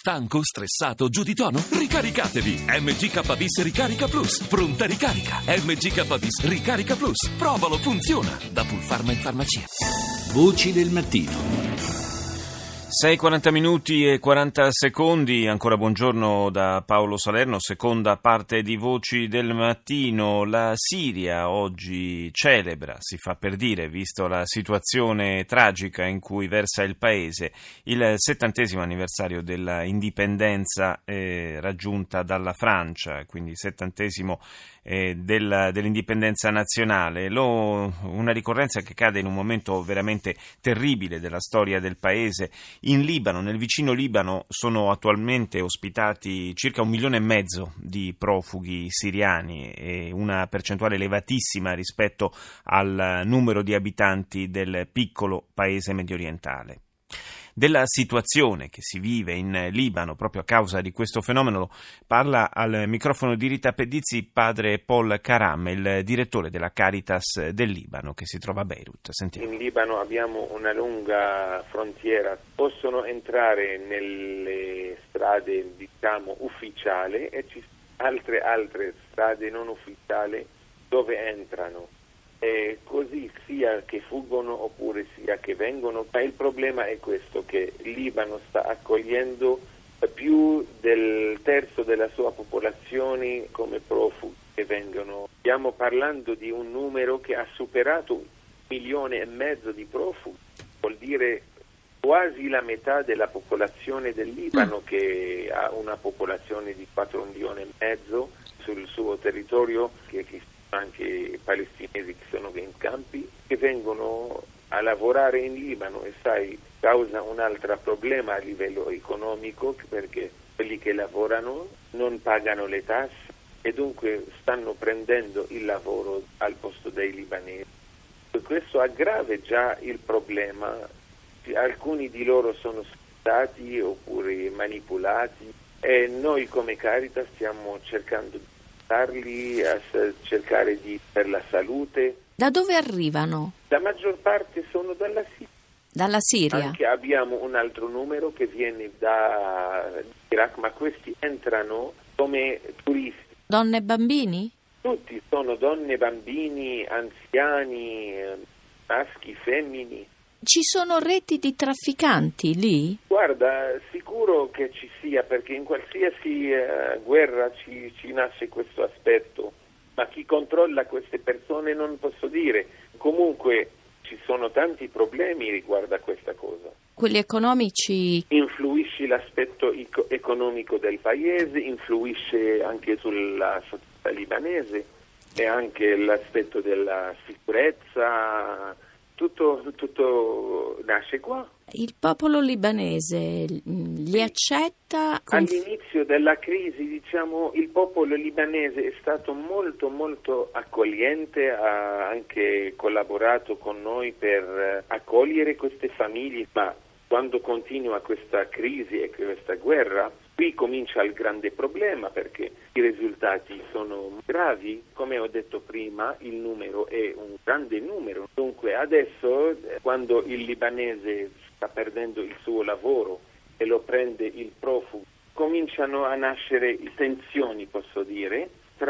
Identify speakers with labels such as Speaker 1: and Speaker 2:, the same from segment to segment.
Speaker 1: Stanco, stressato, giù di tono? Ricaricatevi! MGKBIS Ricarica Plus. Pronta ricarica. MGKBIS Ricarica Plus. Provalo, funziona. Da Pulpharma in farmacia.
Speaker 2: Voci del mattino.
Speaker 3: 6:40 minuti e 40 secondi, ancora buongiorno da Paolo Salerno, seconda parte di Voci del Mattino. La Siria oggi celebra, si fa per dire, visto la situazione tragica in cui versa il paese, il 70° anniversario della indipendenza raggiunta dalla Francia, quindi 70° dell'indipendenza nazionale. Una ricorrenza che cade in un momento veramente terribile della storia del paese. In Libano, nel vicino Libano, sono attualmente ospitati circa 1,5 milioni di profughi siriani e una percentuale elevatissima rispetto al numero di abitanti del piccolo paese mediorientale. Della situazione che si vive in Libano proprio a causa di questo fenomeno parla al microfono di Rita Pedizzi padre Paul Karam, il direttore della Caritas del Libano che si trova a Beirut. Sentiamo.
Speaker 4: In Libano abbiamo una lunga frontiera, possono entrare nelle strade diciamo ufficiali e ci sono altre strade non ufficiali dove entrano. E così sia che fuggono oppure sia che vengono, ma il problema è questo, che il Libano sta accogliendo più del terzo della sua popolazione come profughi che vengono. Stiamo parlando di un numero che ha superato 1,5 milioni di profughi, vuol dire quasi la metà della popolazione del Libano, che ha una popolazione di 4,5 milioni sul suo territorio, che anche palestinesi che sono in campi, che vengono a lavorare in Libano e causa un altro problema a livello economico, perché quelli che lavorano non pagano le tasse e dunque stanno prendendo il lavoro al posto dei libanesi. Questo aggrava già il problema. Alcuni di loro sono sfruttati oppure manipolati e noi come Caritas stiamo cercando di a cercare per la salute.
Speaker 5: Da dove arrivano?
Speaker 4: La maggior parte sono dalla Siria.
Speaker 5: Dalla Siria?
Speaker 4: Anche abbiamo un altro numero che viene da Iraq, ma questi entrano come turisti.
Speaker 5: Donne e bambini?
Speaker 4: Tutti sono donne, bambini, anziani, maschi, femmini.
Speaker 5: Ci sono reti di trafficanti lì?
Speaker 4: Guarda, sicuro che ci sia, perché in qualsiasi guerra ci nasce questo aspetto, ma chi controlla queste persone non posso dire. Comunque ci sono tanti problemi riguardo a questa cosa.
Speaker 5: Quelli economici?
Speaker 4: Influisce l'aspetto economico del paese, influisce anche sulla società libanese e anche l'aspetto della sicurezza. Tutto nasce qua.
Speaker 5: Il popolo libanese li accetta?
Speaker 4: All'inizio della crisi, diciamo, il popolo libanese è stato molto molto accogliente, ha anche collaborato con noi per accogliere queste famiglie, ma quando continua questa crisi e questa guerra, qui comincia il grande problema, perché i risultati sono gravi. Come ho detto prima, il numero è un grande numero. Dunque adesso, quando il libanese sta perdendo il suo lavoro e lo prende il profugo, cominciano a nascere tensioni, posso dire,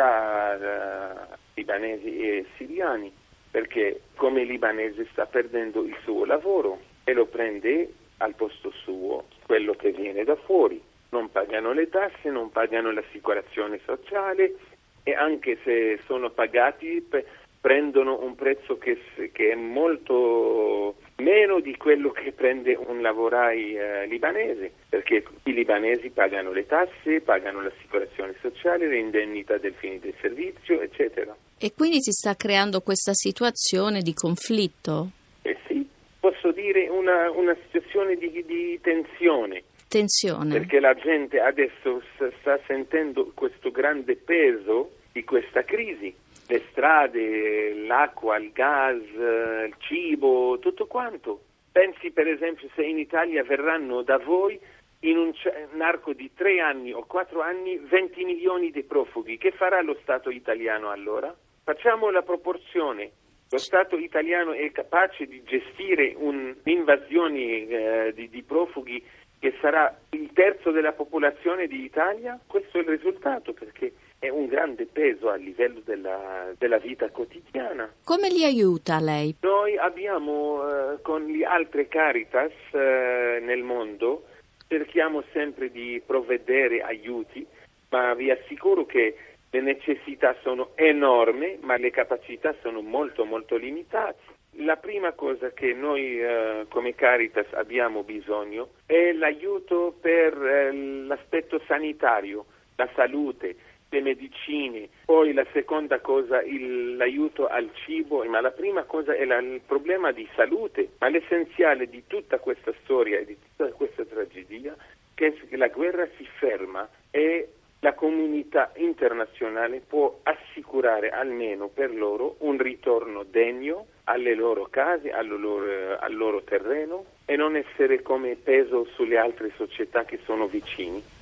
Speaker 4: tra libanesi e siriani, perché come il libanese sta perdendo il suo lavoro e lo prende al posto suo quello che viene da fuori. Non pagano le tasse, non pagano l'assicurazione sociale e anche se sono pagati prendono un prezzo che è molto meno di quello che prende un lavoraio libanese, perché i libanesi pagano le tasse, pagano l'assicurazione sociale, le indennità del fine del servizio, eccetera.
Speaker 5: E quindi si sta creando questa situazione di conflitto?
Speaker 4: Sì, posso dire una situazione di tensione. Perché la gente adesso sta sentendo questo grande peso di questa crisi. Le strade, l'acqua, il gas, il cibo, tutto quanto. Pensi per esempio se in Italia verranno da voi in un arco di 3 anni o 4 anni 20 milioni di profughi. Che farà lo Stato italiano allora? Facciamo la proporzione. Lo Stato italiano è capace di gestire un'invasione di profughi che sarà il terzo della popolazione di Italia, questo è il risultato, perché è un grande peso a livello della vita quotidiana.
Speaker 5: Come li aiuta lei?
Speaker 4: Noi abbiamo con le altre Caritas nel mondo, cerchiamo sempre di provvedere aiuti, ma vi assicuro che le necessità sono enormi, ma le capacità sono molto molto limitate. La prima cosa che noi come Caritas abbiamo bisogno è l'aiuto per l'aspetto sanitario, la salute, le medicine. Poi la seconda cosa l'aiuto al cibo, ma la prima cosa è il problema di salute. Ma l'essenziale di tutta questa storia e di tutta questa tragedia è che la guerra si ferma e la comunità internazionale può assicurare almeno per loro un ritorno degno alle loro case, al loro terreno, e non essere come peso sulle altre società che sono vicini.